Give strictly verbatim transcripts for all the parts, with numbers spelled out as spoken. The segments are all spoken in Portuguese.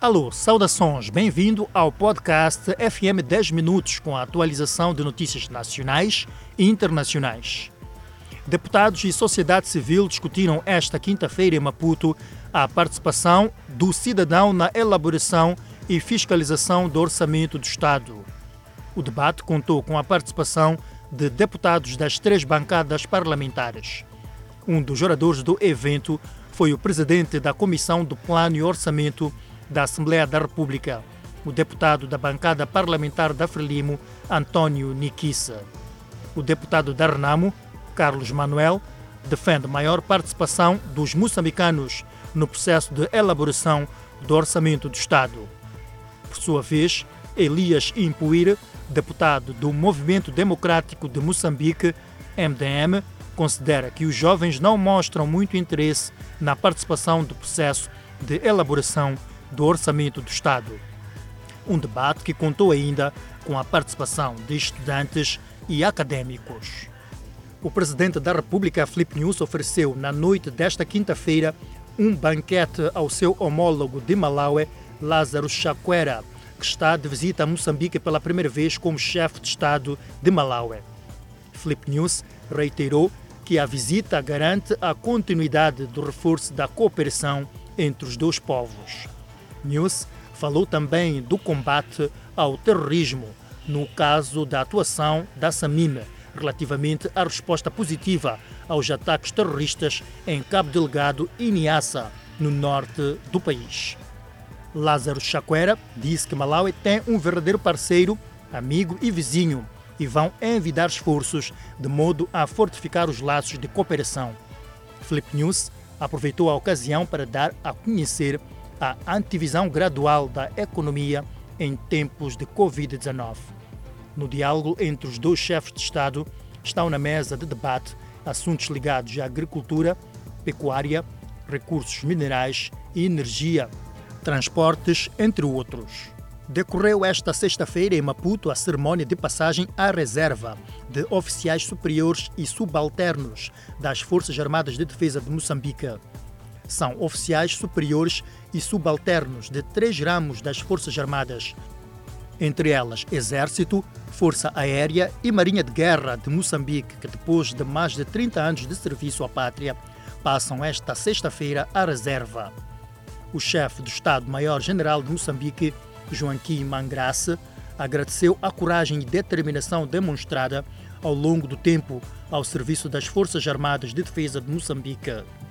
Alô, saudações, bem-vindo ao podcast F M dez Minutos com a atualização de notícias nacionais e internacionais. Deputados e sociedade civil discutiram esta quinta-feira em Maputo a participação do cidadão na elaboração e fiscalização do orçamento do Estado. O debate contou com a participação de deputados das três bancadas parlamentares. Um dos oradores do evento foi o presidente da Comissão do Plano e Orçamento da Assembleia da República, o deputado da bancada parlamentar da Frelimo, António Niquissa. O deputado da Renamo, Carlos Manuel, defende maior participação dos moçambicanos no processo de elaboração do orçamento do Estado. Por sua vez, Elias Impuire, deputado do Movimento Democrático de Moçambique, M D M, considera que os jovens não mostram muito interesse na participação do processo de elaboração do orçamento do Estado. Um debate que contou ainda com a participação de estudantes e académicos. O presidente da República, Filipe Nyusi, ofereceu na noite desta quinta-feira um banquete ao seu homólogo de Malawi, Lázaro Chakwera, que está de visita a Moçambique pela primeira vez como chefe de Estado de Malawi. Filipe Nyusi reiterou que a visita garante a continuidade do reforço da cooperação entre os dois povos. Nyusi falou também do combate ao terrorismo, no caso da atuação da SAMIM, relativamente à resposta positiva aos ataques terroristas em Cabo Delgado e Niassa, no norte do país. Lázaro Chakwera disse que Malawi tem um verdadeiro parceiro, amigo e vizinho e vão envidar esforços de modo a fortificar os laços de cooperação. Filipe Nyusi aproveitou a ocasião para dar a conhecer a antivisão gradual da economia em tempos de covid dezenove. No diálogo entre os dois chefes de Estado estão na mesa de debate assuntos ligados à agricultura, pecuária, recursos minerais e energia, transportes, entre outros. Decorreu esta sexta-feira em Maputo a cerimônia de passagem à reserva de oficiais superiores e subalternos das Forças Armadas de Defesa de Moçambique. São oficiais superiores e subalternos de três ramos das Forças Armadas, entre elas Exército, Força Aérea e Marinha de Guerra de Moçambique, que depois de mais de trinta anos de serviço à pátria, passam esta sexta-feira à reserva. O chefe do Estado-Maior-General de Moçambique, Joaquim Mangrace, agradeceu a coragem e determinação demonstrada ao longo do tempo ao serviço das Forças Armadas de Defesa de Moçambique.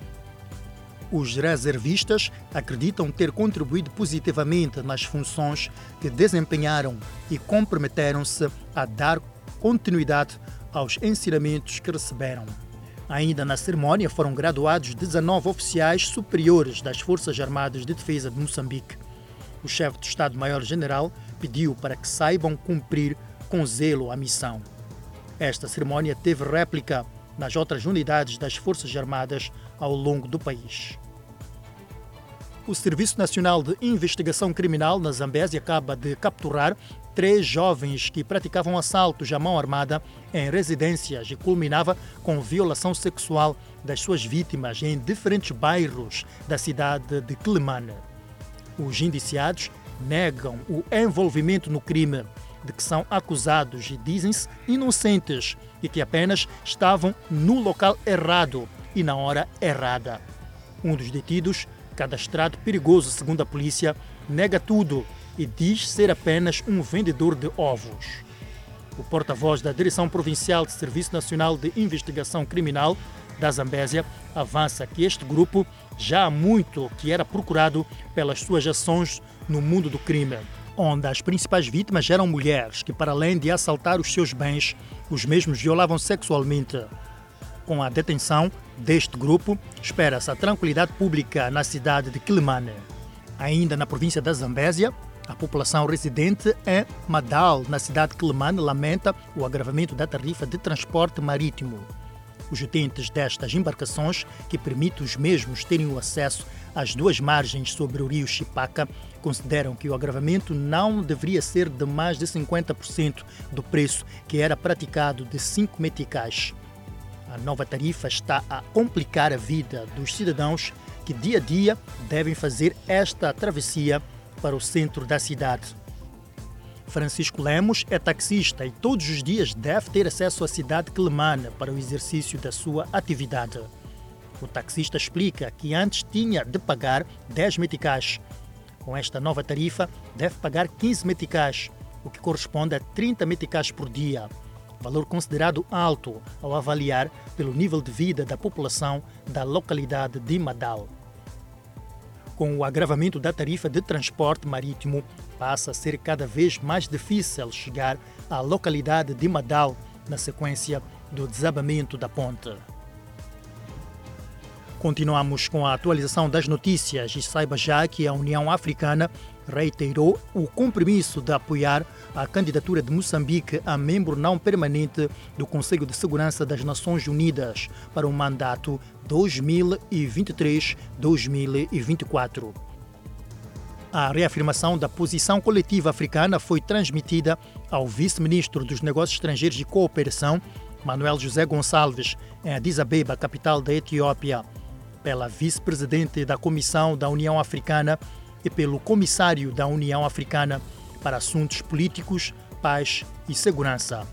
Os reservistas acreditam ter contribuído positivamente nas funções que desempenharam e comprometeram-se a dar continuidade aos ensinamentos que receberam. Ainda na cerimônia foram graduados dezenove oficiais superiores das Forças Armadas de Defesa de Moçambique. O chefe do Estado-Maior-General pediu para que saibam cumprir com zelo a missão. Esta cerimônia teve réplica nas outras unidades das Forças Armadas ao longo do país. O Serviço Nacional de Investigação Criminal na Zambésia acaba de capturar três jovens que praticavam assaltos à mão armada em residências e culminava com violação sexual das suas vítimas em diferentes bairros da cidade de Quelimane. Os indiciados negam o envolvimento no crime de que são acusados e dizem-se inocentes e que apenas estavam no local errado e na hora errada. Um dos detidos, cadastrado perigoso segundo a polícia, nega tudo e diz ser apenas um vendedor de ovos. O porta-voz da Direção Provincial de Serviço Nacional de Investigação Criminal da Zambésia avança que este grupo já há muito que era procurado pelas suas ações no mundo do crime, onde as principais vítimas eram mulheres que, para além de assaltar os seus bens, os mesmos violavam sexualmente. Com a detenção deste grupo, espera-se a tranquilidade pública na cidade de Quelimane. Ainda na província da Zambésia, a população residente em Madal, na cidade de Quelimane, lamenta o agravamento da tarifa de transporte marítimo. Os utentes destas embarcações, que permitem os mesmos terem o acesso às duas margens sobre o rio Chipaka, consideram que o agravamento não deveria ser de mais de cinquenta por cento do preço que era praticado de cinco meticais. A nova tarifa está a complicar a vida dos cidadãos que dia a dia devem fazer esta travessia para o centro da cidade. Francisco Lemos é taxista e todos os dias deve ter acesso à cidade quelimana para o exercício da sua atividade. O taxista explica que antes tinha de pagar dez meticais. Com esta nova tarifa, deve pagar quinze meticais, o que corresponde a trinta meticais por dia, valor considerado alto ao avaliar pelo nível de vida da população da localidade de Madal. Com o agravamento da tarifa de transporte marítimo, passa a ser cada vez mais difícil chegar à localidade de Madal na sequência do desabamento da ponte. Continuamos com a atualização das notícias e saiba já que a União Africana reiterou o compromisso de apoiar a candidatura de Moçambique a membro não permanente do Conselho de Segurança das Nações Unidas para o mandato dois mil e vinte e três a dois mil e vinte e quatro. A reafirmação da posição coletiva africana foi transmitida ao vice-ministro dos Negócios Estrangeiros e Cooperação, Manuel José Gonçalves, em Addis Abeba, capital da Etiópia, pela vice-presidente da Comissão da União Africana e pelo comissário da União Africana para Assuntos Políticos, Paz e Segurança.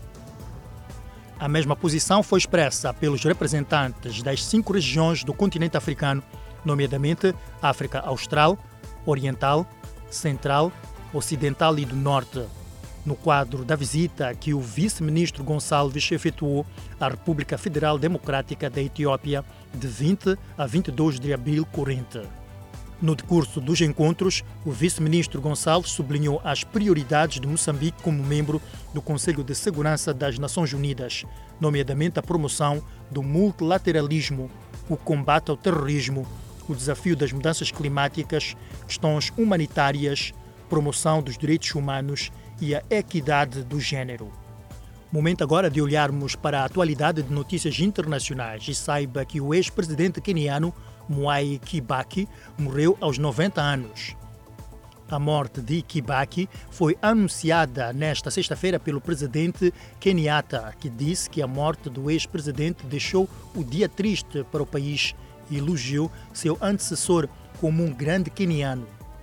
A mesma posição foi expressa pelos representantes das cinco regiões do continente africano, nomeadamente África Austral, Oriental, Central, Ocidental e do Norte, no quadro da visita que o vice-ministro Gonçalves efetuou à República Federal Democrática da Etiópia de vinte a vinte e dois de abril corrente. No decurso dos encontros, o vice-ministro Gonçalves sublinhou as prioridades de Moçambique como membro do Conselho de Segurança das Nações Unidas, nomeadamente a promoção do multilateralismo, o combate ao terrorismo, o desafio das mudanças climáticas, questões humanitárias, promoção dos direitos humanos e a equidade do género. Momento agora de olharmos para a atualidade de notícias internacionais e saiba que o ex-presidente queniano Mwai Kibaki morreu aos noventa anos. A morte de Kibaki foi anunciada nesta sexta-feira pelo presidente Kenyatta, que disse que a morte do ex-presidente deixou o dia triste para o país e elogiou seu antecessor como um grande queniano.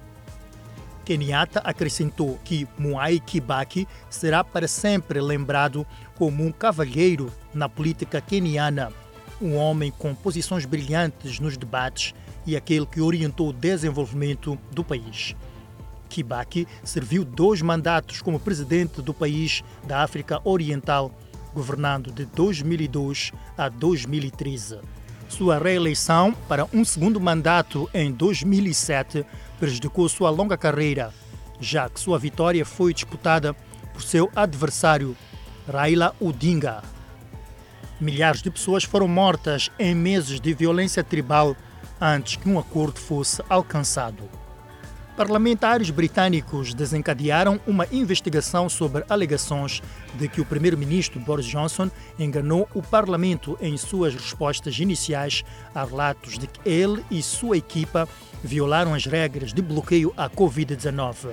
Kenyatta acrescentou que Mwai Kibaki será para sempre lembrado como um cavalheiro na política queniana, um homem com posições brilhantes nos debates e aquele que orientou o desenvolvimento do país. Kibaki serviu dois mandatos como presidente do país da África Oriental, governando de dois mil e dois a dois mil e treze. Sua reeleição para um segundo mandato em dois mil e sete prejudicou sua longa carreira, já que sua vitória foi disputada por seu adversário, Raila Odinga. Milhares de pessoas foram mortas em meses de violência tribal antes que um acordo fosse alcançado. Parlamentares britânicos desencadearam uma investigação sobre alegações de que o primeiro-ministro Boris Johnson enganou o Parlamento em suas respostas iniciais a relatos de que ele e sua equipa violaram as regras de bloqueio à covid dezenove.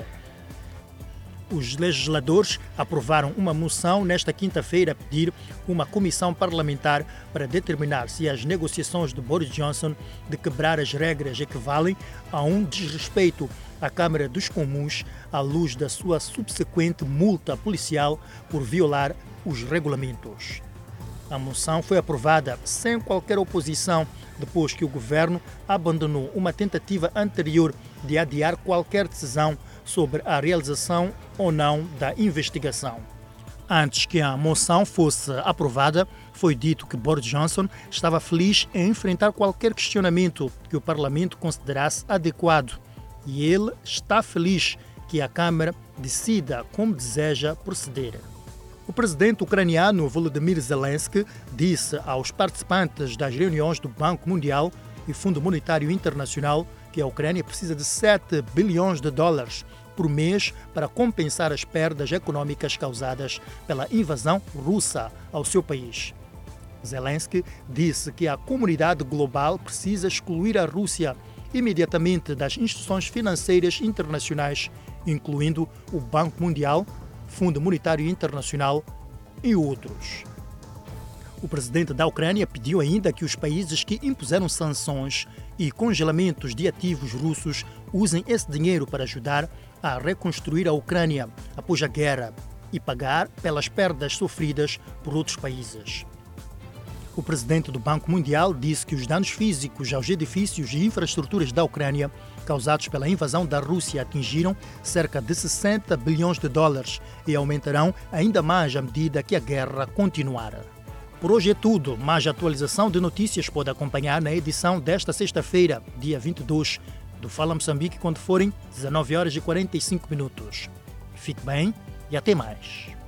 Os legisladores aprovaram uma moção nesta quinta-feira a pedir uma comissão parlamentar para determinar se as negociações de Boris Johnson de quebrar as regras equivalem a um desrespeito à Câmara dos Comuns à luz da sua subsequente multa policial por violar os regulamentos. A moção foi aprovada sem qualquer oposição depois que o governo abandonou uma tentativa anterior de adiar qualquer decisão sobre a realização ou não da investigação. Antes que a moção fosse aprovada, foi dito que Boris Johnson estava feliz em enfrentar qualquer questionamento que o Parlamento considerasse adequado e ele está feliz que a Câmara decida como deseja proceder. O presidente ucraniano Volodymyr Zelensky disse aos participantes das reuniões do Banco Mundial e Fundo Monetário Internacional que a Ucrânia precisa de sete bilhões de dólares por mês para compensar as perdas econômicas causadas pela invasão russa ao seu país. Zelensky disse que a comunidade global precisa excluir a Rússia imediatamente das instituições financeiras internacionais, incluindo o Banco Mundial, Fundo Monetário Internacional e outros. O presidente da Ucrânia pediu ainda que os países que impuseram sanções e congelamentos de ativos russos usem esse dinheiro para ajudar a reconstruir a Ucrânia após a guerra e pagar pelas perdas sofridas por outros países. O presidente do Banco Mundial disse que os danos físicos aos edifícios e infraestruturas da Ucrânia causados pela invasão da Rússia atingiram cerca de sessenta bilhões de dólares e aumentarão ainda mais à medida que a guerra continuar. Por hoje é tudo, mais atualização de notícias pode acompanhar na edição desta sexta-feira, dia vinte e dois, do Fala Moçambique, quando forem dezenove horas e quarenta e cinco minutos. Fique bem e até mais.